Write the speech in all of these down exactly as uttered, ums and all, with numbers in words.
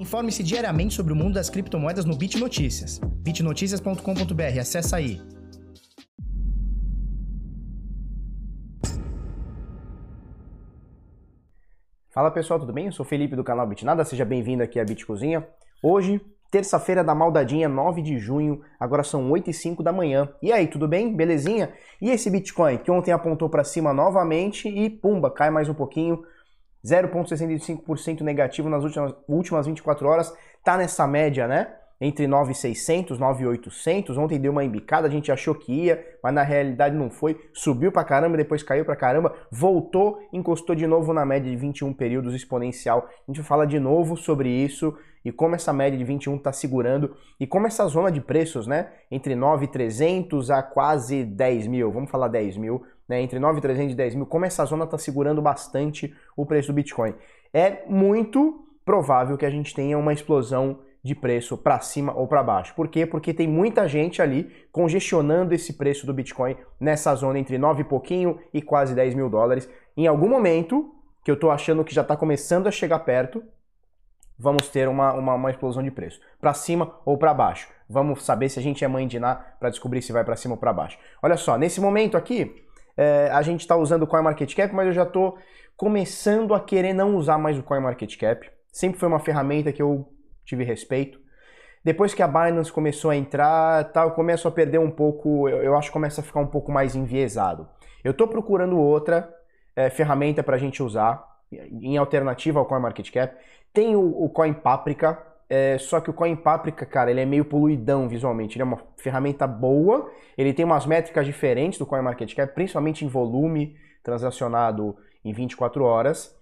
Informe-se diariamente sobre o mundo das criptomoedas no Bit Notícias. bit noticias ponto com ponto b r, acessa aí. Fala pessoal, tudo bem? Eu sou o Felipe do canal Bitnada, seja bem-vindo aqui à Bit Cozinha. Hoje, terça-feira da maldadinha, nove de junho, agora são oito e cinco da manhã. E aí, tudo bem? Belezinha? E esse Bitcoin que ontem apontou para cima novamente e pumba, cai mais um pouquinho, zero vírgula sessenta e cinco por cento negativo nas últimas, últimas vinte e quatro horas, tá nessa média, né? Entre nove mil e seiscentos, nove mil e oitocentos, ontem deu uma embicada, a gente achou que ia, mas na realidade não foi, subiu pra caramba, depois caiu pra caramba, voltou, encostou de novo na média de vinte e um períodos exponencial. A gente fala de novo sobre isso e como essa média de vinte e um tá segurando e como essa zona de preços, né, entre nove mil e trezentos a quase dez mil, vamos falar dez mil, né, entre nove mil e trezentos e dez mil, como essa zona tá segurando bastante o preço do Bitcoin. É muito provável que a gente tenha uma explosão de preço para cima ou para baixo. Por quê? Porque tem muita gente ali congestionando esse preço do Bitcoin nessa zona entre nove e pouquinho e quase dez mil dólares. Em algum momento, que eu tô achando que já está começando a chegar perto, vamos ter uma, uma, uma explosão de preço. Para cima ou para baixo. Vamos saber se a gente é mãe de Ná para descobrir se vai para cima ou para baixo. Olha só, nesse momento aqui, é, a gente está usando o CoinMarketCap, mas eu já estou começando a querer não usar mais o CoinMarketCap. Sempre foi uma ferramenta que eu tive respeito. Depois que a Binance começou a entrar, tá, eu começo a perder um pouco, eu, eu acho que começa a ficar um pouco mais enviesado. Eu estou procurando outra é, ferramenta para a gente usar, em alternativa ao CoinMarketCap. Tem o, o CoinPaprika, é, só que o CoinPaprika, cara, ele é meio poluidão visualmente. Ele é uma ferramenta boa, ele tem umas métricas diferentes do CoinMarketCap, principalmente em volume transacionado em vinte e quatro horas.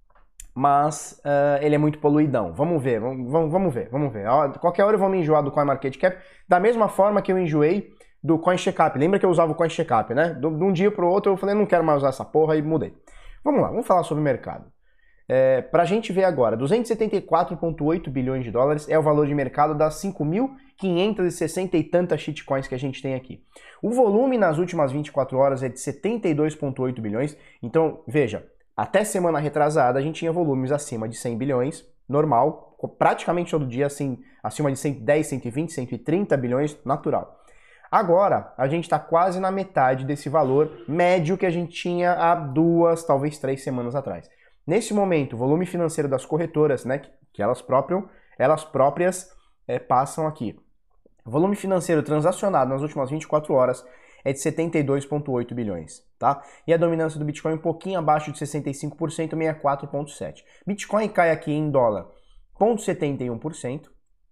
Mas uh, ele é muito poluidão. Vamos ver, vamos, vamos ver, vamos ver. Qualquer hora eu vou me enjoar do CoinMarketCap, da mesma forma que eu enjoei do CoinCheckup. Lembra que eu usava o CoinCheckup, né? De um dia para o outro eu falei, não quero mais usar essa porra e mudei. Vamos lá, vamos falar sobre o mercado. É, pra gente ver agora, duzentos e setenta e quatro vírgula oito bilhões de dólares é o valor de mercado das cinco mil quinhentas e sessenta e tantas shitcoins que a gente tem aqui. O volume nas últimas vinte e quatro horas é de setenta e dois vírgula oito bilhões, então veja, até semana retrasada a gente tinha volumes acima de cem bilhões, normal, praticamente todo dia assim, acima de cento e dez, cento e vinte, cento e trinta bilhões, natural. Agora a gente está quase na metade desse valor médio que a gente tinha há duas, talvez três semanas atrás. Nesse momento, o volume financeiro das corretoras, né, que elas, próprio, elas próprias é, passam aqui. O volume financeiro transacionado nas últimas vinte e quatro horas é de setenta e dois vírgula oito bilhões, tá? E a dominância do Bitcoin um pouquinho abaixo de sessenta e cinco por cento, sessenta e quatro vírgula sete por cento. Bitcoin cai aqui em dólar zero vírgula setenta e um por cento,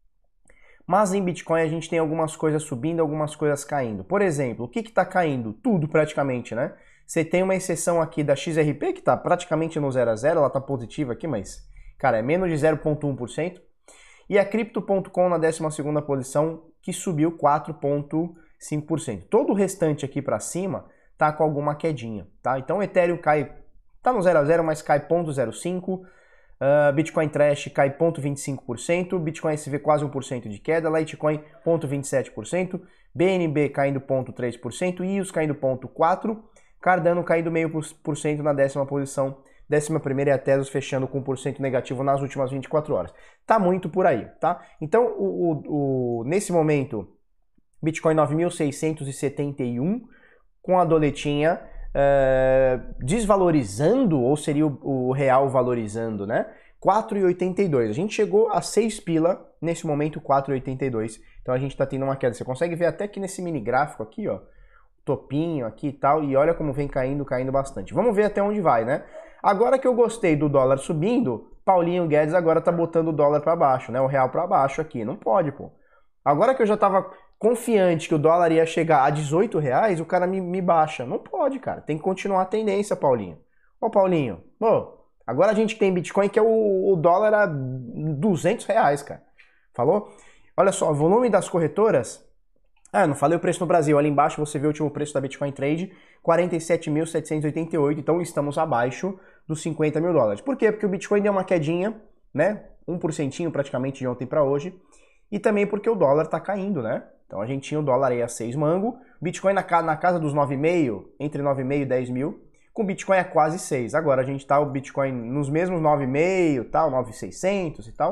mas em Bitcoin a gente tem algumas coisas subindo, algumas coisas caindo. Por exemplo, o que está caindo? Tudo praticamente, né? Você tem uma exceção aqui da X R P, que está praticamente no zero a zero, ela está positiva aqui, mas, cara, é menos de zero vírgula um por cento. E a Crypto ponto com na décima segunda posição, que subiu quatro vírgula cinco por cento. Todo o restante aqui para cima tá com alguma quedinha, tá? Então o Ethereum cai, tá no zero a zero, mas cai zero vírgula zero cinco por cento. Uh, Bitcoin Trash cai zero vírgula vinte e cinco por cento, Bitcoin S V quase um por cento de queda, Litecoin zero vírgula vinte e sete por cento, B N B caindo zero vírgula três por cento, I O S caindo zero vírgula quatro por cento, Cardano caindo zero vírgula cinco por cento na décima posição, décima primeira e a Tezos fechando com um por cento negativo nas últimas vinte e quatro horas. Tá muito por aí, tá? Então, o, o, o, nesse momento, Bitcoin nove mil seiscentos e setenta e um, com a doletinha é, desvalorizando, ou seria o, o real valorizando, né? quatro vírgula oitenta e dois. A gente chegou a seis pila, nesse momento quatro vírgula oitenta e dois. Então a gente tá tendo uma queda. Você consegue ver até que nesse mini gráfico aqui, ó, topinho aqui e tal, e olha como vem caindo, caindo bastante. Vamos ver até onde vai, né? Agora que eu gostei do dólar subindo, Paulinho Guedes agora tá botando o dólar para baixo, né? O real para baixo aqui. Não pode, pô. Agora que eu já tava confiante que o dólar ia chegar a dezoito reais, o cara me, me baixa. Não pode, cara. Tem que continuar a tendência, Paulinho. Ô, Paulinho, ô, agora a gente tem Bitcoin que é o, o dólar a duzentos reais, cara. Falou? Olha só, o volume das corretoras... Ah, não falei o preço no Brasil. Ali embaixo você vê o último preço da Bitcoin Trade, quarenta e sete mil setecentos e oitenta e oito. Então estamos abaixo dos cinquenta mil dólares. Por quê? Porque o Bitcoin deu uma quedinha, né? um por cento praticamente de ontem para hoje. E também porque o dólar tá caindo, né? Então a gente tinha o dólar aí a seis mango, Bitcoin na, na casa dos nove vírgula cinco, entre nove vírgula cinco e dez mil, com Bitcoin a quase seis. Agora a gente tá o Bitcoin nos mesmos nove vírgula cinco, tal, nove mil e seiscentos e tal,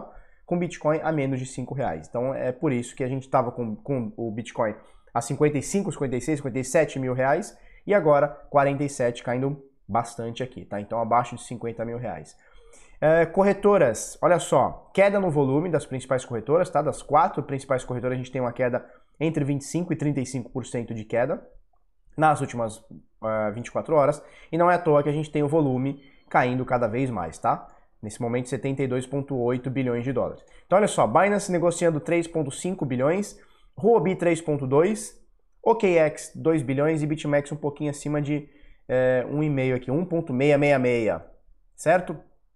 com Bitcoin a menos de cinco reais. Então é por isso que a gente estava com, com o Bitcoin a cinquenta e cinco, cinquenta e seis, cinquenta e sete mil reais e agora quarenta e sete, caindo bastante aqui, tá? Então abaixo de cinquenta mil reais. É, corretoras, olha só, queda no volume das principais corretoras, tá? Das quatro principais corretoras a gente tem uma queda entre vinte e cinco por cento e trinta e cinco por cento de queda nas últimas uh, vinte e quatro horas, e não é à toa que a gente tem o volume caindo cada vez mais, tá? Nesse momento setenta e dois vírgula oito bilhões de dólares. Então olha só, Binance negociando três vírgula cinco bilhões, Huobi três vírgula dois, O K X dois bilhões e BitMEX um pouquinho acima de é, um vírgula cinco aqui, um vírgula seiscentos e sessenta e seis, certo?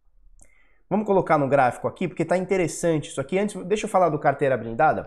Vamos colocar no gráfico aqui, porque tá interessante isso aqui. Antes, deixa eu falar do Carteira Blindada.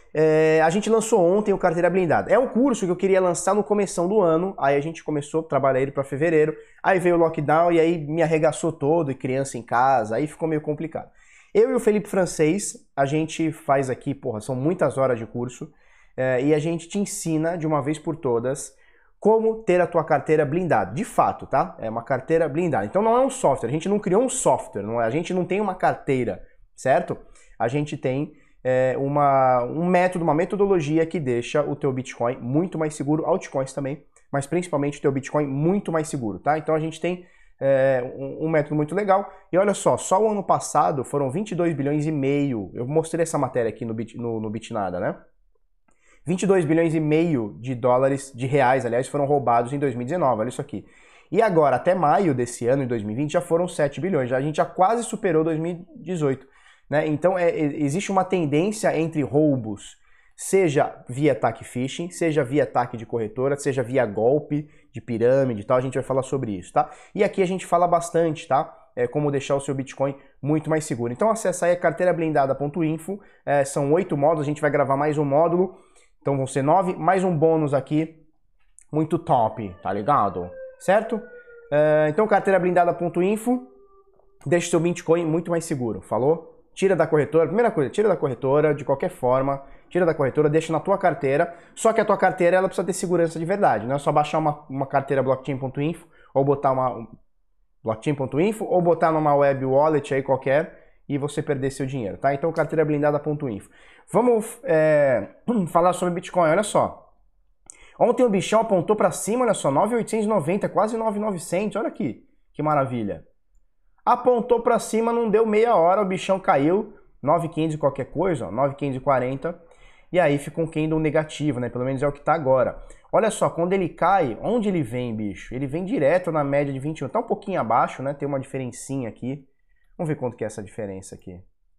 É, a gente lançou ontem o Carteira Blindada. É um curso que eu queria lançar no começão do ano, aí a gente começou a trabalhar ele para fevereiro, aí veio o lockdown e aí me arregaçou todo, e criança em casa, aí ficou meio complicado. Eu e o Felipe Francês, a gente faz aqui, porra, são muitas horas de curso, é, e a gente te ensina de uma vez por todas como ter a tua carteira blindada. De fato, tá? É uma carteira blindada. Então não é um software, a gente não criou um software, não é? A gente não tem uma carteira, certo? A gente tem é, uma, um método, uma metodologia que deixa o teu Bitcoin muito mais seguro, altcoins também, mas principalmente o teu Bitcoin muito mais seguro, tá? Então a gente tem é, um, um método muito legal. E olha só, só o ano passado foram vinte e dois bilhões e meio, eu mostrei essa matéria aqui no, Bit, no, no Bitnada, né? vinte e dois bilhões e meio de dólares, de reais, aliás, foram roubados em dois mil e dezenove, olha isso aqui. E agora, até maio desse ano, em dois mil e vinte, já foram sete bilhões, já, a gente já quase superou dois mil e dezoito. Né? Então, é, existe uma tendência entre roubos, seja via ataque phishing, seja via ataque de corretora, seja via golpe de pirâmide e tal, a gente vai falar sobre isso, tá? E aqui a gente fala bastante, tá? É, como deixar o seu Bitcoin muito mais seguro. Então, acessa aí carteira blindada ponto info, é, são oito módulos, a gente vai gravar mais um módulo. Então vão ser nove, mais um bônus aqui, muito top, tá ligado? Certo? Uh, então carteira blindada ponto info, deixa o seu Bitcoin muito mais seguro, falou? Tira da corretora, primeira coisa, tira da corretora, de qualquer forma, tira da corretora, deixa na tua carteira, só que a tua carteira ela precisa ter segurança de verdade, não é só baixar uma, uma carteira blockchain ponto info, ou botar uma blockchain ponto info, ou botar numa web wallet aí qualquer, e você perder seu dinheiro, tá? Então carteira blindada ponto info. Vamos é, falar sobre Bitcoin, olha só. Ontem o bichão apontou para cima, olha só, nove mil oitocentos e noventa, quase nove mil e novecentos, olha aqui, que maravilha. Apontou para cima, não deu meia hora, o bichão caiu, nove mil e quinhentos e qualquer coisa, ó, nove mil quinhentos e quarenta, e aí fica um candle negativo, né? Pelo menos é o que tá agora. Olha só, quando ele cai, onde ele vem, bicho? Ele vem direto na média de vinte e um, tá um pouquinho abaixo, né? Tem uma diferencinha aqui. Vamos ver quanto que é essa diferença aqui.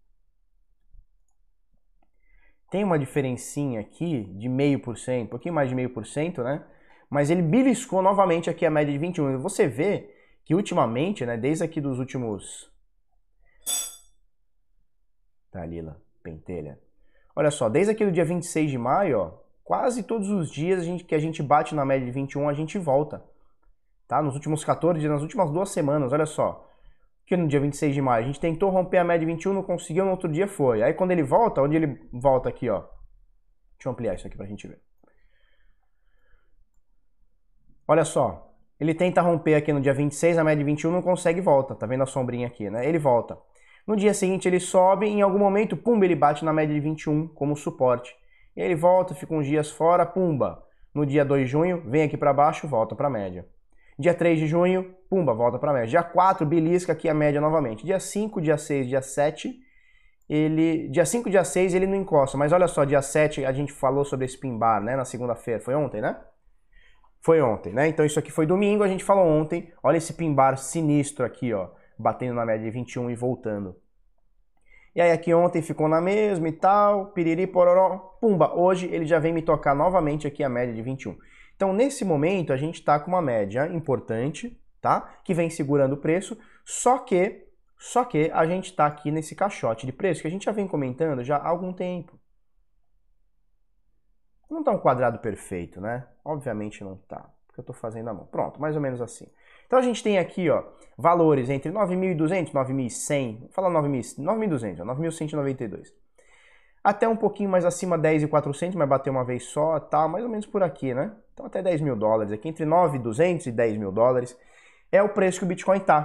Tem uma diferencinha aqui de meio por cento, um pouquinho mais de meio por cento, né? Mas ele beliscou novamente aqui a média de vinte e um. Você vê que ultimamente, né, desde aqui dos últimos... Tá, Lila, pentelha. Olha só, desde aqui do dia vinte e seis de maio, ó, quase todos os dias a gente, que a gente bate na média de vinte e um, a gente volta. Tá? Nos últimos quatorze dias, nas últimas duas semanas, olha só. Que no dia vinte e seis de maio a gente tentou romper a média de vinte e um, não conseguiu, no outro dia foi. Aí quando ele volta, onde ele volta aqui, ó. Deixa eu ampliar isso aqui pra gente ver. Olha só, ele tenta romper aqui no dia vinte e seis, a média de vinte e um não consegue e volta. Tá vendo a sombrinha aqui, né? Ele volta. No dia seguinte ele sobe e em algum momento, pumba, ele bate na média de vinte e um como suporte. E ele volta, fica uns dias fora, pumba. No dia dois de junho, vem aqui pra baixo, volta pra média. Dia três de junho, pumba, volta para a média. Dia quatro, belisca aqui a média novamente. Dia cinco, dia seis, dia sete, ele... Dia cinco, dia seis ele não encosta. Mas olha só, dia sete a gente falou sobre esse pin bar, né? Na segunda-feira. Foi ontem, né? Foi ontem, né? Então isso aqui foi domingo, a gente falou ontem. Olha esse pin bar sinistro aqui, ó. Batendo na média de vinte e um e voltando. E aí aqui ontem ficou na mesma e tal. Piriri, pororó, pumba. Hoje ele já vem me tocar novamente aqui a média de vinte e um. Então, nesse momento, a gente está com uma média importante, tá? Que vem segurando o preço, só que, só que a gente está aqui nesse caixote de preço que a gente já vem comentando já há algum tempo. Não está um quadrado perfeito, né? Obviamente não está, porque eu estou fazendo a mão. Pronto, mais ou menos assim. Então, a gente tem aqui, ó, valores entre nove mil e duzentos, nove mil e cem, vou falar nove mil e duzentos, nove mil cento e noventa e dois. Até um pouquinho mais acima, dez mil e quatrocentos, mas bateu uma vez só, tá? Mais ou menos por aqui, né? Então até dez mil dólares aqui, entre nove mil e duzentos e dez mil dólares, é o preço que o Bitcoin tá.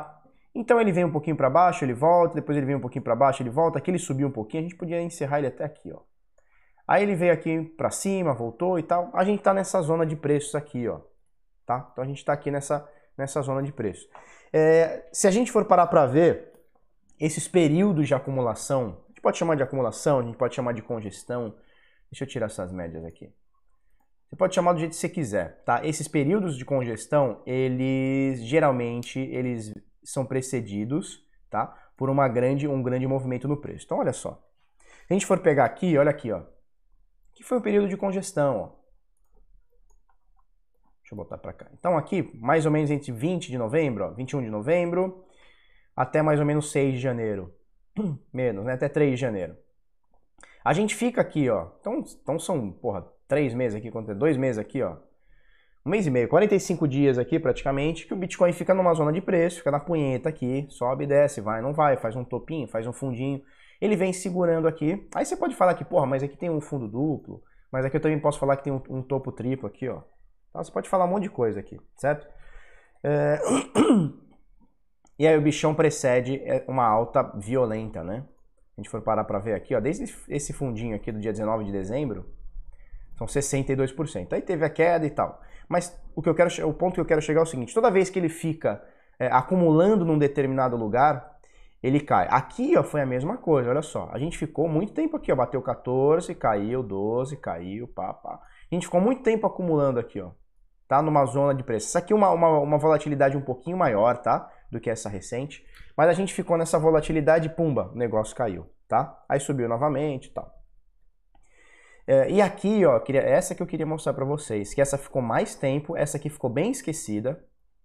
Então ele vem um pouquinho para baixo, ele volta, depois ele vem um pouquinho para baixo, ele volta, aqui ele subiu um pouquinho, a gente podia encerrar ele até aqui, ó. Aí ele veio aqui para cima, voltou e tal. A gente tá nessa zona de preços aqui, ó, tá? Então a gente tá aqui nessa, nessa zona de preço. É, se a gente for parar para ver esses períodos de acumulação, a gente pode chamar de acumulação, a gente pode chamar de congestão. Deixa eu tirar essas médias aqui. Você pode chamar do jeito que você quiser, tá? Esses períodos de congestão, eles geralmente eles são precedidos, tá? Por uma grande, um grande movimento no preço. Então, olha só. Se a gente for pegar aqui, olha aqui, ó. Aqui foi o período de congestão, ó. Deixa eu botar para cá. Então, aqui, mais ou menos entre vinte de novembro, ó, vinte e um de novembro, até mais ou menos seis de janeiro. Menos, né? Até três de janeiro. A gente fica aqui, ó. Então, então são, porra, três meses aqui, dois meses aqui, ó. Um mês e meio, quarenta e cinco dias aqui praticamente, que o Bitcoin fica numa zona de preço, fica na punheta aqui, sobe e desce, vai, não vai, faz um topinho, faz um fundinho. Ele vem segurando aqui. Aí você pode falar que, porra, mas aqui tem um fundo duplo, mas aqui eu também posso falar que tem um, um topo triplo aqui, ó. Então você pode falar um monte de coisa aqui, certo? É... E aí o bichão precede uma alta violenta, né? A gente for parar para ver aqui, ó, desde esse fundinho aqui do dia dezenove de dezembro, são sessenta e dois por cento. Aí teve a queda e tal. Mas o, que eu quero, o ponto que eu quero chegar é o seguinte, toda vez que ele fica é, acumulando num determinado lugar, ele cai. Aqui, ó, foi a mesma coisa, olha só. A gente ficou muito tempo aqui, ó, bateu quatorze, caiu, doze, caiu, pá, pá. A gente ficou muito tempo acumulando aqui, ó, tá? Numa zona de preço. Isso aqui é uma, uma, uma volatilidade um pouquinho maior, tá? Do que essa recente. Mas a gente ficou nessa volatilidade, pumba, o negócio caiu, tá? Aí subiu novamente e tal. É, e aqui, ó, queria, essa que eu queria mostrar para vocês, que essa ficou mais tempo, essa aqui ficou bem esquecida.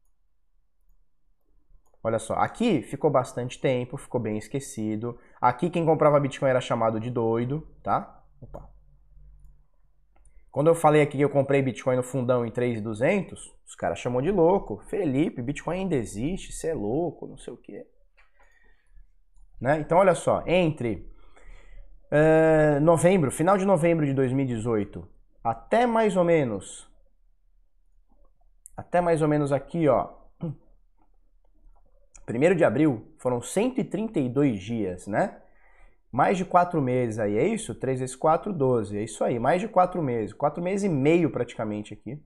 Olha só, aqui ficou bastante tempo, ficou bem esquecido. Aqui quem comprava Bitcoin era chamado de doido, tá? Opa. Quando eu falei aqui que eu comprei Bitcoin no fundão em três mil e duzentos, os caras chamou de louco. Felipe, Bitcoin ainda existe, você é louco, não sei o quê. Né? Então, olha só, entre uh, novembro, final de novembro de dois mil e dezoito, até mais ou menos, até mais ou menos aqui, ó, primeiro de abril, foram cento e trinta e dois dias, né? Mais de quatro meses aí, é isso? três vezes quatro, doze, é isso aí, mais de quatro meses, quatro meses e meio praticamente aqui.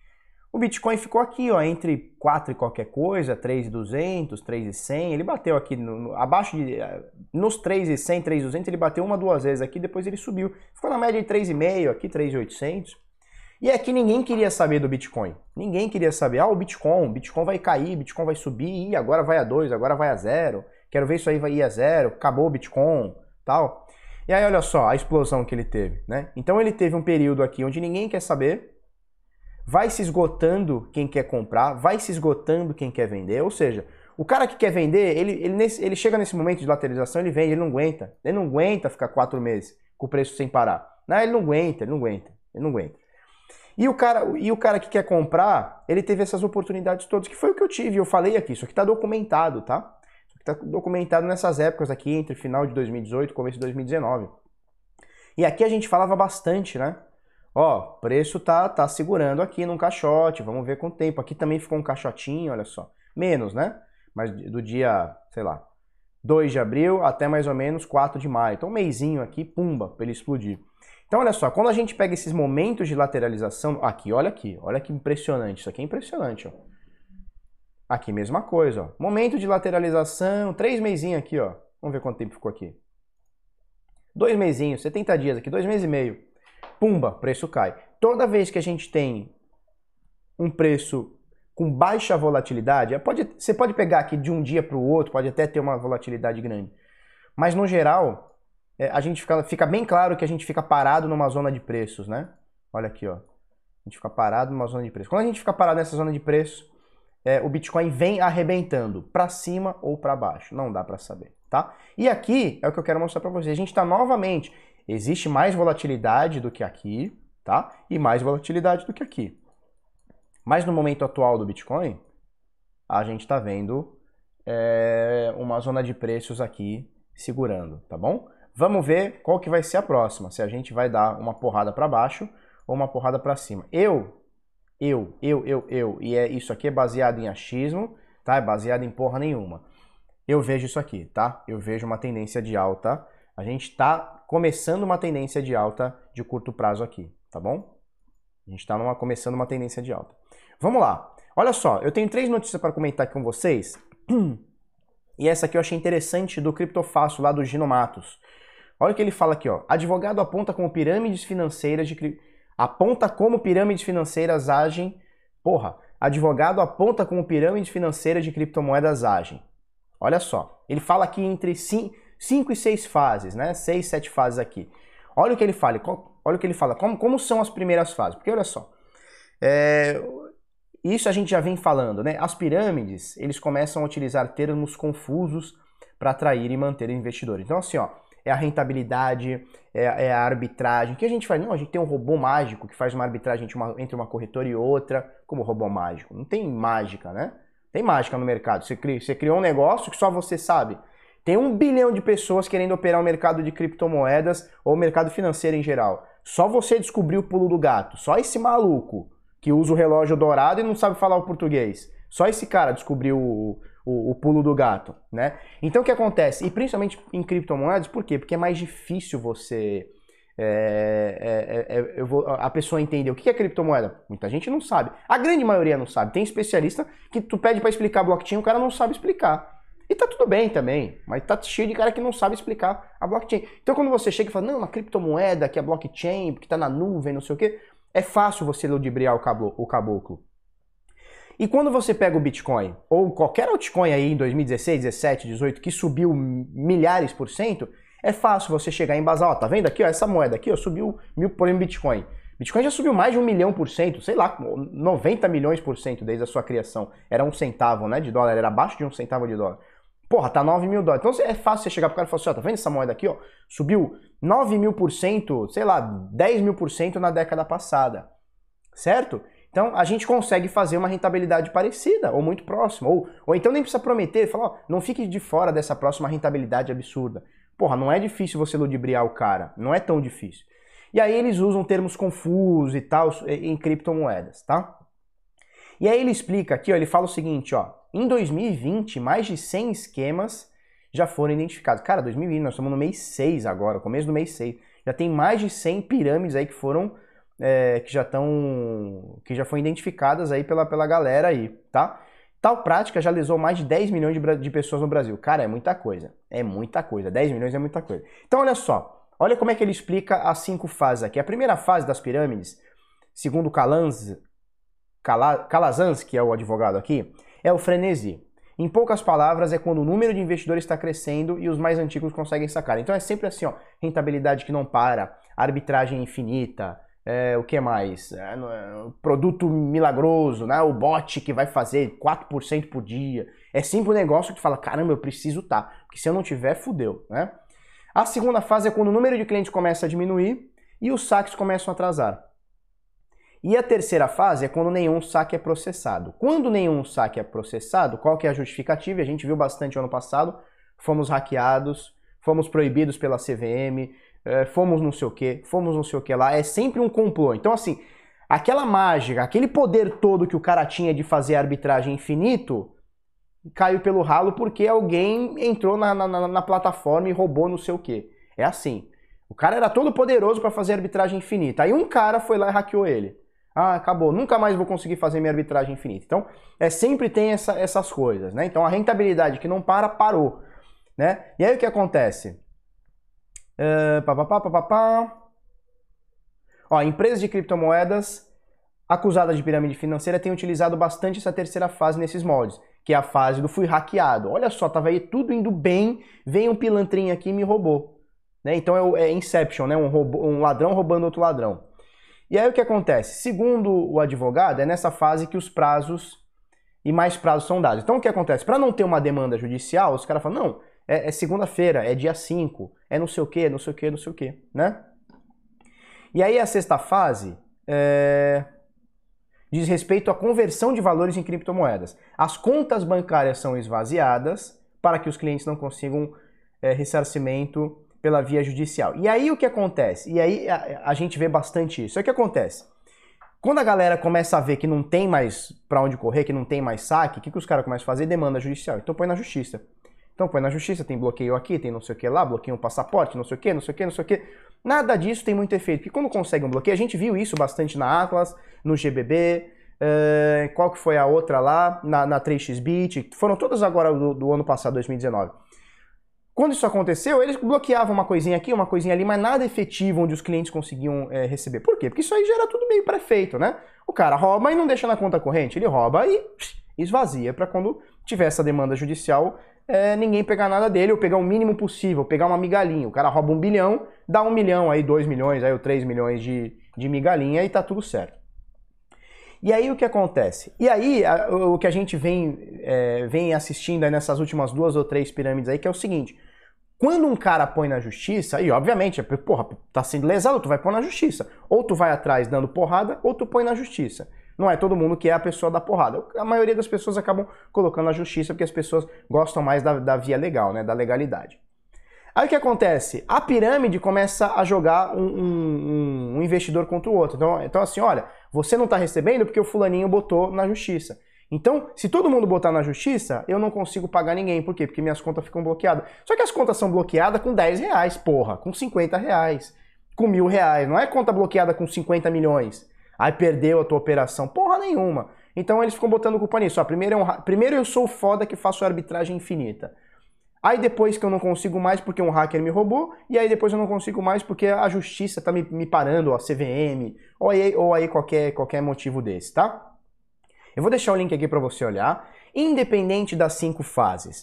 O Bitcoin ficou aqui, ó, entre quatro e qualquer coisa, três mil e duzentos, três mil e cem, ele bateu aqui, no, no, abaixo de, nos três mil e cem, três mil e duzentos, ele bateu uma, duas vezes aqui, depois ele subiu. Ficou na média de três vírgula cinco aqui, três mil e oitocentos. E aqui ninguém queria saber do Bitcoin. Ninguém queria saber, ah, o Bitcoin, Bitcoin vai cair, Bitcoin vai subir, ih, agora vai a dois, agora vai a zero, quero ver isso aí vai ir a zero, acabou o Bitcoin, tal. E aí olha só a explosão que ele teve, né? Então ele teve um período aqui onde ninguém quer saber, vai se esgotando quem quer comprar, vai se esgotando quem quer vender, ou seja, o cara que quer vender, ele, ele, nesse, ele chega nesse momento de lateralização, ele vende, ele não aguenta, ele não aguenta ficar quatro meses com o preço sem parar. Não, ele não aguenta, ele não aguenta, ele não aguenta. E o, cara, e o cara que quer comprar, ele teve essas oportunidades todas, que foi o que eu tive, eu falei aqui, isso aqui está documentado, tá? Isso aqui está documentado nessas épocas aqui, entre final de dois mil e dezoito e começo de dois mil e dezenove. E aqui a gente falava bastante, né? Ó, preço tá, tá segurando aqui num caixote, vamos ver com o tempo. Aqui também ficou um caixotinho, olha só. Menos, né? Mas do dia, sei lá, dois de abril até mais ou menos quatro de maio. Então um meizinho aqui, pumba, para ele explodir. Então, olha só, quando a gente pega esses momentos de lateralização, aqui, olha aqui, olha que impressionante, isso aqui é impressionante, ó. Aqui, mesma coisa, ó. Momento de lateralização, três meizinhos aqui, ó. Vamos ver quanto tempo ficou aqui. Dois meizinhos, setenta dias aqui, dois meses e meio. Pumba, preço cai. Toda vez que a gente tem um preço com baixa volatilidade, pode, você pode pegar aqui de um dia para o outro, pode até ter uma volatilidade grande. Mas, no geral, É, a gente fica, fica bem claro que a gente fica parado numa zona de preços, né? Olha aqui, ó. A gente fica parado numa zona de preços. Quando a gente fica parado nessa zona de preços, é, o Bitcoin vem arrebentando para cima ou para baixo. Não dá para saber, tá? E aqui é o que eu quero mostrar para vocês. A gente está novamente, existe mais volatilidade do que aqui, tá? E mais volatilidade do que aqui. Mas no momento atual do Bitcoin, a gente está vendo é, uma zona de preços aqui segurando, tá bom? Vamos ver qual que vai ser a próxima, se a gente vai dar uma porrada para baixo ou uma porrada para cima. Eu, eu, eu, eu, eu, e é, isso aqui é baseado em achismo, tá? É baseado em porra nenhuma. eu vejo isso aqui, tá? Eu vejo uma tendência de alta. A gente tá começando uma tendência de alta de curto prazo aqui, tá bom? A gente tá numa, começando uma tendência de alta. Vamos lá. Olha só, eu tenho três notícias para comentar aqui com vocês. E essa aqui eu achei interessante do Criptofácil, lá do Gino Matos. Olha o que ele fala aqui, ó. Advogado aponta como pirâmides financeiras de aponta como pirâmides financeiras agem. Porra, advogado aponta como pirâmides financeiras de criptomoedas agem. Olha só. Ele fala aqui entre cinco e seis fases, né? seis, sete fases aqui. Olha o que ele fala. Olha o que ele fala. Como, como são as primeiras fases? Porque olha só. É, isso a gente já vem falando, né? As pirâmides, eles começam a utilizar termos confusos para atrair e manter investidores. Então, assim, ó. É a rentabilidade, é, é a arbitragem. O que a gente faz? Não, a gente tem um robô mágico que faz uma arbitragem entre uma, entre uma corretora e outra. Como robô mágico? Não tem mágica, né? Tem mágica no mercado. Você, cri, você criou um negócio que só você sabe. Tem um bilhão de pessoas querendo operar o mercado de criptomoedas ou o mercado financeiro em geral. Só você descobriu o pulo do gato. Só esse maluco que usa o relógio dourado e não sabe falar o português. Só esse cara descobriu o... O, o pulo do gato, né? Então o que acontece? E principalmente em criptomoedas, por quê? Porque é mais difícil você... É, é, é, eu vou, a pessoa entender o que é criptomoeda. Muita gente não sabe. A grande maioria não sabe. Tem especialista que tu pede para explicar blockchain, o cara não sabe explicar. E tá tudo bem também, mas tá cheio de cara que não sabe explicar a blockchain. Então quando você chega e fala, não, a criptomoeda que é blockchain, porque tá na nuvem, não sei o quê, é fácil você ludibriar o caboclo. O caboclo. E quando você pega o Bitcoin, ou qualquer altcoin aí em dois mil e dezesseis, dezessete, dezoito, que subiu milhares por cento, é fácil você chegar e embasar, ó, tá vendo aqui, ó, essa moeda aqui, ó, subiu mil por cento Bitcoin. Bitcoin já subiu mais de um milhão por cento, sei lá, noventa milhões por cento desde a sua criação. Era um centavo, né, de dólar, era abaixo de um centavo de dólar. Porra, tá nove mil dólares. Então é fácil você chegar pro cara e falar assim, ó, tá vendo essa moeda aqui, ó, subiu nove mil por cento, sei lá, dez mil por cento na década passada, certo? Então, a gente consegue fazer uma rentabilidade parecida, ou muito próxima. Ou, ou então nem precisa prometer, falar, ó, não fique de fora dessa próxima rentabilidade absurda. Porra, não é difícil você ludibriar o cara, não é tão difícil. E aí eles usam termos confusos e tal em criptomoedas, tá? E aí ele explica aqui, ó, ele fala o seguinte, ó, em dois mil e vinte, mais de cem esquemas já foram identificados. Cara, dois mil e vinte, nós estamos no mês seis agora, começo do mês seis. Já tem mais de cem pirâmides aí que foram... É, que já estão, que já foram identificadas aí pela, pela galera aí, tá? Tal prática já lesou mais de dez milhões de, de pessoas no Brasil. Cara, é muita coisa, é muita coisa, dez milhões é muita coisa. Então olha só, olha como é que ele explica as cinco fases aqui. A primeira fase das pirâmides, segundo Calanz, Calazans, que é o advogado aqui, é o frenesi. Em poucas palavras, é quando o número de investidores está crescendo e os mais antigos conseguem sacar. Então é sempre assim, ó, rentabilidade que não para, arbitragem infinita, É, o que mais? É, produto milagroso, né? O bot que vai fazer quatro por cento por dia. É sempre um negócio que tu fala, caramba, eu preciso tá, porque se eu não tiver, fudeu, né? A segunda fase é quando o número de clientes começa a diminuir e os saques começam a atrasar. E a terceira fase é quando nenhum saque é processado. Quando nenhum saque é processado, qual que é a justificativa? A gente viu bastante ano passado, fomos hackeados, fomos proibidos pela C V M, É, fomos não sei o que, fomos não sei o que lá, é sempre um complô. Então assim, aquela mágica, aquele poder todo que o cara tinha de fazer arbitragem infinito, caiu pelo ralo porque alguém entrou na, na, na plataforma e roubou não sei o que. É assim, o cara era todo poderoso para fazer arbitragem infinita, aí um cara foi lá e hackeou ele. Ah, acabou, nunca mais vou conseguir fazer minha arbitragem infinita. Então, é, sempre tem essa, essas coisas, né? Então a rentabilidade que não para, parou, né? E aí o que acontece? Uh, pá, pá, pá, pá, pá, pá. Ó, empresas de criptomoedas acusadas de pirâmide financeira têm utilizado bastante essa terceira fase nesses moldes, que é a fase do fui hackeado. Olha só, tava aí tudo indo bem, vem um pilantrinho aqui e me roubou. Né? Então é, é Inception, né? um, robô, um ladrão roubando outro ladrão. E aí o que acontece? Segundo o advogado, é nessa fase que os prazos e mais prazos são dados. Então o que acontece? Para não ter uma demanda judicial, os caras falam, não, é, é segunda-feira, é dia cinco, é não sei o que, não sei o que, não sei o que, né? E aí a sexta fase é... diz respeito à conversão de valores em criptomoedas. As contas bancárias são esvaziadas para que os clientes não consigam é, ressarcimento pela via judicial. E aí o que acontece? E aí a, a gente vê bastante isso. É o que acontece? Quando a galera começa a ver que não tem mais para onde correr, que não tem mais saque, o que, que os caras começam a fazer? Demanda judicial. Então põe na justiça. Então põe na justiça, tem bloqueio aqui, tem não sei o que lá, bloqueio um passaporte, não sei o que, não sei o que, não sei o que. Nada disso tem muito efeito, porque quando consegue um bloqueio, a gente viu isso bastante na Atlas, no G B B, uh, qual que foi a outra lá, na, na três x bit, foram todas agora do, do ano passado, dois mil e dezenove. Quando isso aconteceu, eles bloqueavam uma coisinha aqui, uma coisinha ali, mas nada efetivo onde os clientes conseguiam é, receber. Por quê? Porque isso aí já era tudo meio pré-feito, né? O cara rouba e não deixa na conta corrente, ele rouba e esvazia para quando tiver essa demanda judicial, é, ninguém pegar nada dele, ou pegar o mínimo possível, pegar uma migalhinha. O cara rouba um bilhão, dá um milhão, aí dois milhões, aí três milhões de, de migalhinha e tá tudo certo. E aí o que acontece? E aí a, o que a gente vem, é, vem assistindo aí nessas últimas duas ou três pirâmides aí, que é o seguinte: quando um cara põe na justiça, e obviamente, porra, tá sendo lesado, tu vai pôr na justiça. Ou tu vai atrás dando porrada, ou tu põe na justiça. Não é todo mundo que é a pessoa da porrada. A maioria das pessoas acabam colocando na justiça porque as pessoas gostam mais da, da via legal, né, da legalidade. Aí o que acontece? A pirâmide começa a jogar um, um, um investidor contra o outro. Então, então assim, olha, você não está recebendo porque o fulaninho botou na justiça. Então, se todo mundo botar na justiça, eu não consigo pagar ninguém. Por quê? Porque minhas contas ficam bloqueadas. Só que as contas são bloqueadas com dez reais, porra, com cinquenta reais, com mil reais. Não é conta bloqueada com cinquenta milhões. Aí perdeu a tua operação. Porra nenhuma. Então eles ficam botando culpa nisso. Ó, primeiro, é um, primeiro eu sou foda que faço arbitragem infinita. Aí depois que eu não consigo mais porque um hacker me roubou, e aí depois eu não consigo mais porque a justiça tá me, me parando, a C V M, ou aí, ou aí qualquer, qualquer motivo desse, tá? Eu vou deixar o link aqui para você olhar. Independente das cinco fases.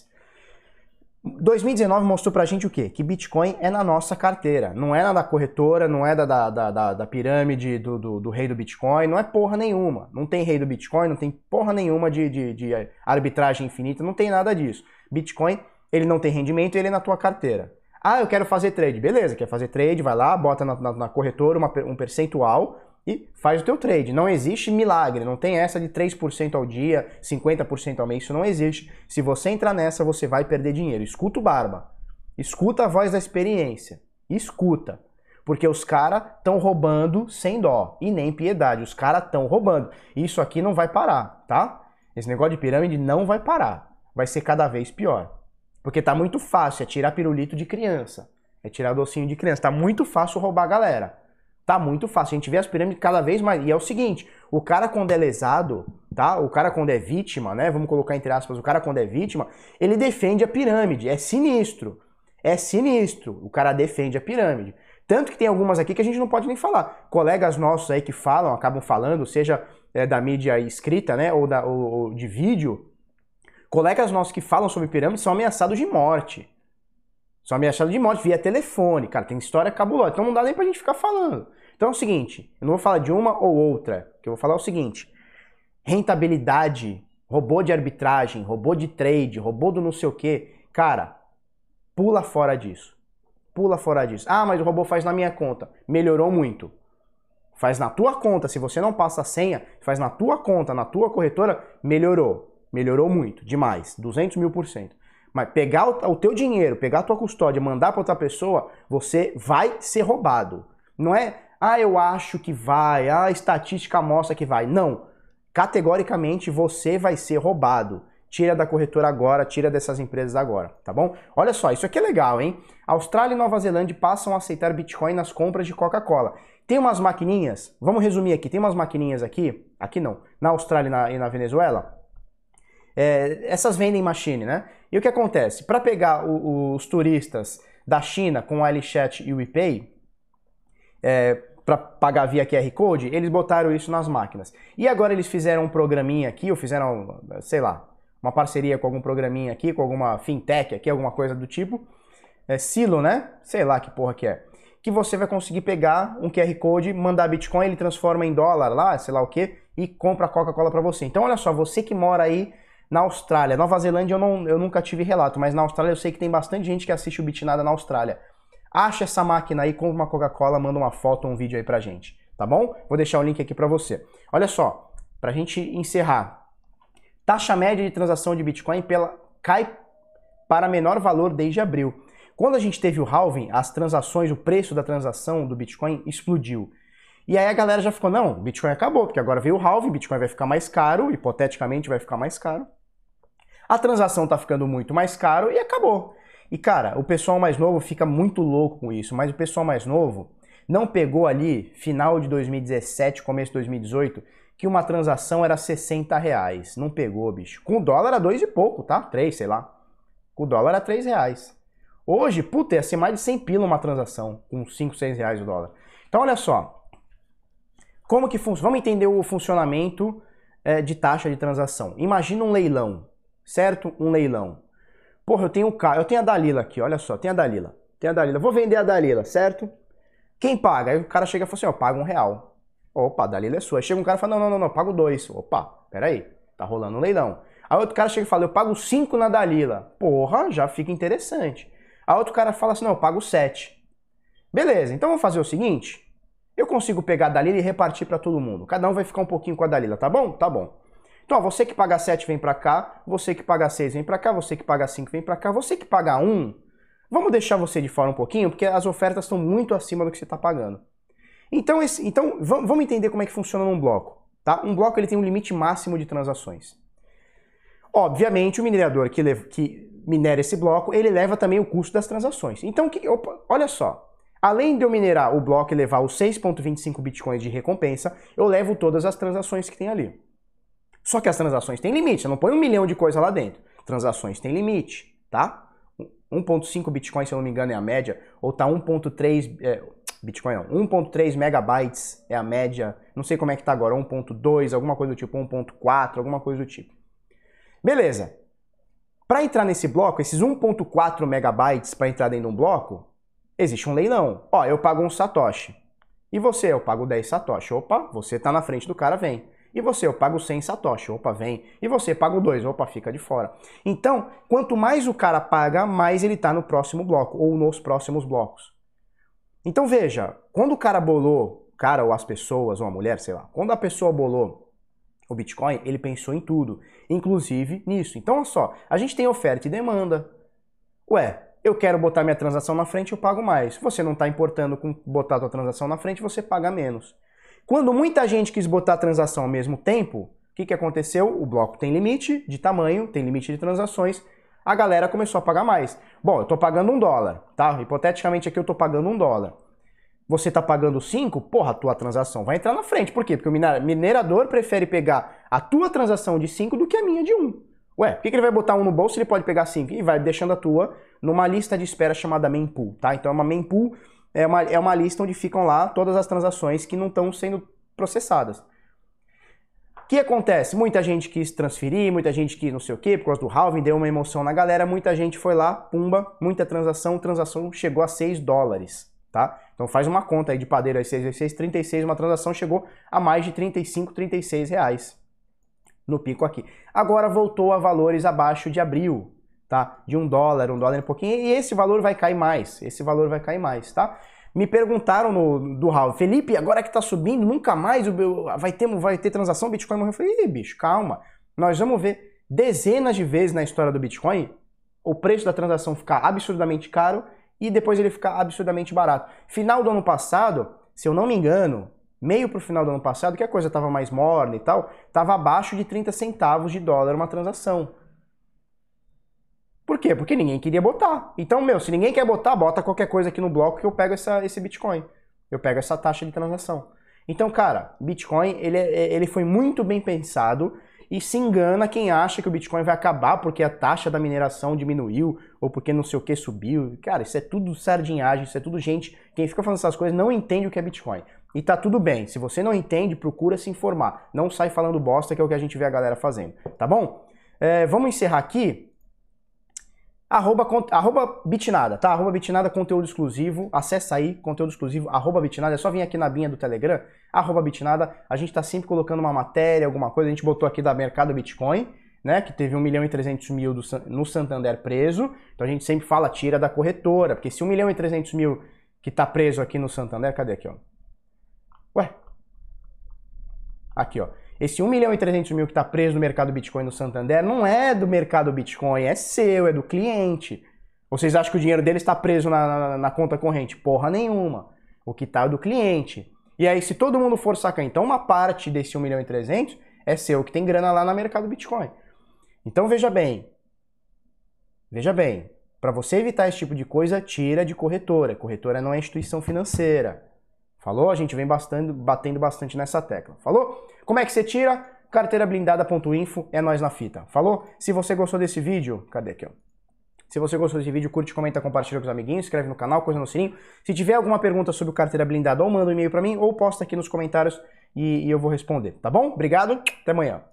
dois mil e dezenove mostrou pra gente o quê? Que Bitcoin é na nossa carteira. Não é na da corretora, não é da, da, da, da pirâmide do, do, do rei do Bitcoin, não é porra nenhuma. Não tem rei do Bitcoin, não tem porra nenhuma de, de, de arbitragem infinita, não tem nada disso. Bitcoin, ele não tem rendimento, ele é na tua carteira. Ah, eu quero fazer trade. Beleza, quer fazer trade, vai lá, bota na, na, na corretora uma, um percentual e faz o teu trade. Não existe milagre, não tem essa de três por cento ao dia, cinquenta por cento ao mês, isso não existe. Se você entrar nessa, você vai perder dinheiro. Escuta o Barba, escuta a voz da experiência, escuta. Porque os caras estão roubando sem dó e nem piedade, os caras estão roubando. Isso aqui não vai parar, tá? Esse negócio de pirâmide não vai parar, vai ser cada vez pior. Porque tá muito fácil, é tirar pirulito de criança, é tirar docinho de criança, tá muito fácil roubar a galera. Tá muito fácil, a gente vê as pirâmides cada vez mais, e é o seguinte, o cara quando é lesado, tá? O cara quando é vítima, né? Vamos colocar entre aspas, o cara quando é vítima, ele defende a pirâmide, é sinistro, é sinistro, o cara defende a pirâmide. Tanto que tem algumas aqui que a gente não pode nem falar. Colegas nossos aí que falam, acabam falando, seja é, da mídia escrita, né, ou, da, ou, ou de vídeo, colegas nossos que falam sobre pirâmide são ameaçados de morte. São ameaçados de morte via telefone, cara, tem história cabulosa, então não dá nem pra gente ficar falando. Então é o seguinte, eu não vou falar de uma ou outra, o que eu vou falar é o seguinte, rentabilidade, robô de arbitragem, robô de trade, robô do não sei o que, cara, pula fora disso, pula fora disso. Ah, mas o robô faz na minha conta, melhorou muito. Faz na tua conta, se você não passa a senha, faz na tua conta, na tua corretora, melhorou, melhorou muito, demais, duzentos mil por cento. Mas pegar o teu dinheiro, pegar a tua custódia, mandar para outra pessoa, você vai ser roubado. Não é, ah, eu acho que vai, ah, a estatística mostra que vai. Não. Categoricamente, você vai ser roubado. Tira da corretora agora, tira dessas empresas agora, tá bom? Olha só, isso aqui é legal, hein? Austrália e Nova Zelândia passam a aceitar Bitcoin nas compras de Coca-Cola. Tem umas maquininhas, vamos resumir aqui, tem umas maquininhas aqui, aqui não, na Austrália e na, e na Venezuela, é, essas vendem machine, né? E o que acontece? Para pegar o, os turistas da China com o Alipay e o WePay, é, para pagar via Q R Code, eles botaram isso nas máquinas. E agora eles fizeram um programinha aqui, ou fizeram, sei lá, uma parceria com algum programinha aqui, com alguma fintech aqui, alguma coisa do tipo, é, Silo, né? Sei lá que porra que é. Que você vai conseguir pegar um Q R Code, mandar Bitcoin, ele transforma em dólar lá, sei lá o que, e compra a Coca-Cola para você. Então olha só, você que mora aí na Austrália, Nova Zelândia eu, não, eu nunca tive relato, mas na Austrália eu sei que tem bastante gente que assiste o Bitnada na Austrália. Acha essa máquina aí, compra uma Coca-Cola, manda uma foto ou um vídeo aí pra gente, tá bom? Vou deixar o link aqui pra você. Olha só, pra gente encerrar. Taxa média de transação de Bitcoin pela, cai para menor valor desde abril. Quando a gente teve o halving, as transações, o preço da transação do Bitcoin explodiu. E aí a galera já ficou, não, Bitcoin acabou, porque agora veio o halving, Bitcoin vai ficar mais caro, hipoteticamente vai ficar mais caro. A transação tá ficando muito mais caro e acabou. E cara, o pessoal mais novo fica muito louco com isso, mas o pessoal mais novo não pegou ali, final de dois mil e dezessete, começo de dois mil e dezoito, que uma transação era sessenta reais. Não pegou, bicho. Com o dólar era dois e pouco, tá? três, sei lá. Com o dólar era três reais. Hoje, puta, ia ser mais de cem pila uma transação, com cinco, seis reais o dólar. Então, olha só. Como que funciona? Vamos entender o funcionamento é, de taxa de transação. Imagina um leilão, certo? Um leilão. Porra, eu tenho um carro, eu tenho a Dalila aqui, olha só, tem a Dalila. Tem a Dalila. Vou vender a Dalila, certo? Quem paga? Aí o cara chega e fala assim, ó, paga um real. Opa, a Dalila é sua. Aí chega um cara e fala, não, não, não, não, pago dois. Opa, peraí, tá rolando um leilão. Aí outro cara chega e fala, eu pago cinco na Dalila. Porra, já fica interessante. Aí outro cara fala assim, não, eu pago sete. Beleza, então vamos fazer o seguinte, eu consigo pegar a Dalila e repartir pra todo mundo. Cada um vai ficar um pouquinho com a Dalila, tá bom? Tá bom. Então, ó, você que paga sete vem pra cá, você que paga seis vem pra cá, você que paga cinco vem pra cá, você que paga um, vamos deixar você de fora um pouquinho, porque as ofertas estão muito acima do que você está pagando. Então, esse, então vamos entender como é que funciona um bloco. Tá? Um bloco ele tem um limite máximo de transações. Obviamente, o minerador que, leva, que minera esse bloco, ele leva também o custo das transações. Então, que, opa, olha só, além de eu minerar o bloco e levar os seis vírgula vinte e cinco bitcoins de recompensa, eu levo todas as transações que tem ali. Só que as transações têm limite, você não põe um milhão de coisa lá dentro. Transações têm limite, tá? um vírgula cinco Bitcoin, se eu não me engano, é a média, ou tá um vírgula três é, Bitcoin não, um vírgula três megabytes é a média, não sei como é que tá agora, um vírgula dois, alguma coisa do tipo, um vírgula quatro, alguma coisa do tipo. Beleza. Para entrar nesse bloco, esses um vírgula quatro megabytes para entrar dentro de um bloco, existe um leilão. Ó, eu pago um satoshi. E você, eu pago dez satoshi. Opa, você tá na frente do cara, vem. E você, eu pago cem satoshi, opa, vem. E você, paga dois, opa, fica de fora. Então, quanto mais o cara paga, mais ele tá no próximo bloco, ou nos próximos blocos. Então veja, quando o cara bolou, o cara ou as pessoas, ou a mulher, sei lá, quando a pessoa bolou o Bitcoin, ele pensou em tudo, inclusive nisso. Então, olha só, a gente tem oferta e demanda. Ué, eu quero botar minha transação na frente, eu pago mais. Se você não está importando com botar a tua transação na frente, você paga menos. Quando muita gente quis botar a transação ao mesmo tempo, o que, que aconteceu? O bloco tem limite de tamanho, tem limite de transações, a galera começou a pagar mais. Bom, eu estou pagando um dólar, tá? Hipoteticamente aqui eu estou pagando um dólar. Você está pagando cinco, porra, a tua transação vai entrar na frente. Por quê? Porque o minerador prefere pegar a tua transação de cinco do que a minha de um. Ué, por que, que ele vai botar um no bolso e ele pode pegar cinco? E vai deixando a tua numa lista de espera chamada mempool, tá? Então é uma mempool, é uma, é uma lista onde ficam lá todas as transações que não estão sendo processadas. O que acontece? Muita gente quis transferir, muita gente quis não sei o quê, por causa do halving, deu uma emoção na galera, muita gente foi lá, pumba, muita transação, transação chegou a seis dólares, tá? Então faz uma conta aí de padeiro, aí seis vezes seis, trinta e seis, uma transação chegou a mais de trinta e cinco, trinta e seis reais no pico aqui. Agora voltou a valores abaixo de abril, tá? De um dólar, um dólar e um pouquinho, e esse valor vai cair mais, esse valor vai cair mais, tá? Me perguntaram no, do Raul, Felipe, agora que tá subindo, nunca mais vai ter, vai ter transação, Bitcoin morreu. Eu falei, ih, bicho, calma. Nós vamos ver dezenas de vezes na história do Bitcoin o preço da transação ficar absurdamente caro e depois ele ficar absurdamente barato. Final do ano passado, se eu não me engano, meio pro final do ano passado, que a coisa tava mais morna e tal, tava abaixo de trinta centavos de dólar uma transação. Por quê? Porque ninguém queria botar. Então, meu, se ninguém quer botar, bota qualquer coisa aqui no bloco que eu pego essa, esse Bitcoin. Eu pego essa taxa de transação. Então, cara, Bitcoin, ele, ele foi muito bem pensado e se engana quem acha que o Bitcoin vai acabar porque a taxa da mineração diminuiu ou porque não sei o que subiu. Cara, isso é tudo sardinhagem, isso é tudo gente... Quem fica falando essas coisas não entende o que é Bitcoin. E tá tudo bem. Se você não entende, procura se informar. Não sai falando bosta, que é o que a gente vê a galera fazendo. Tá bom? É, vamos encerrar aqui. Arroba, arroba Bitnada, tá? Arroba Bitnada, conteúdo exclusivo. Acessa aí, conteúdo exclusivo, arroba Bitnada. É só vir aqui na binha do Telegram, arroba Bitnada. A gente tá sempre colocando uma matéria, alguma coisa. A gente botou aqui da Mercado Bitcoin, né? Que teve um milhão e trezentos mil do, no Santander preso. Então a gente sempre fala, tira da corretora. Porque se um milhão e trezentos mil que tá preso aqui no Santander, cadê aqui, ó? Ué? Aqui, ó. Esse um milhão e trezentos mil que está preso no mercado Bitcoin no Santander não é do mercado Bitcoin, é seu, é do cliente. Vocês acham que o dinheiro dele está preso na, na, na conta corrente? Porra nenhuma. O que está é do cliente. E aí, se todo mundo for sacar, então uma parte desse um milhão e trezentos é seu, que tem grana lá no mercado Bitcoin. Então veja bem, Veja bem, para você evitar esse tipo de coisa, tira de corretora. Corretora não é instituição financeira. Falou? A gente vem bastante, batendo bastante nessa tecla. Falou? Como é que você tira? carteira blindada ponto info, é nós na fita. Falou? Se você gostou desse vídeo, cadê aqui, ó? Se você gostou desse vídeo, curte, comenta, compartilha com os amiguinhos, inscreve no canal, coisa no sininho. Se tiver alguma pergunta sobre o carteira blindada, ou manda um e-mail para mim, ou posta aqui nos comentários e, e eu vou responder, tá bom? Obrigado, até amanhã.